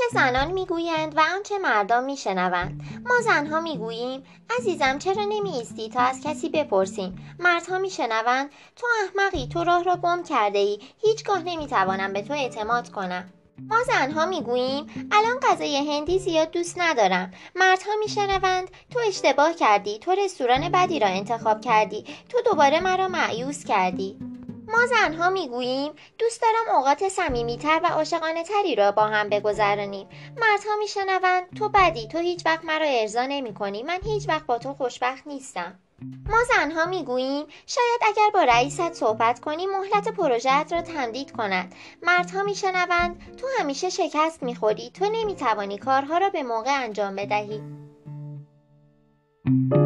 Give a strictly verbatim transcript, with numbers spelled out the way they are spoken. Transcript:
زنان میگویند و آنچه مردان میشنوند. ما زنها میگوییم عزیزم چرا نمی ایستی تا از کسی بپرسیم. مردها میشنوند تو احمقی، تو راه را گم کرده ای، هیچگاه نمیتوانم به تو اعتماد کنم. ما زنها میگوییم الان غذای هندی زیاد دوست ندارم. مردها میشنوند تو اشتباه کردی، تو رستوران بدی را انتخاب کردی، تو دوباره مرا مایوس کردی. ما زنها میگوییم دوست دارم اوقات صمیمیتر و عاشقانه تری را با هم بگذرانیم. مردها میشنوند تو بدی، تو هیچ وقت مرا ارضا نمی کنی، من هیچ وقت با تو خوشبخت نیستم. ما زنها میگوییم شاید اگر با رئیست صحبت کنی مهلت پروژه‌ات را تمدید کند. مردها میشنوند تو همیشه شکست میخوری، تو نمیتوانی کارها را به موقع انجام بدهی.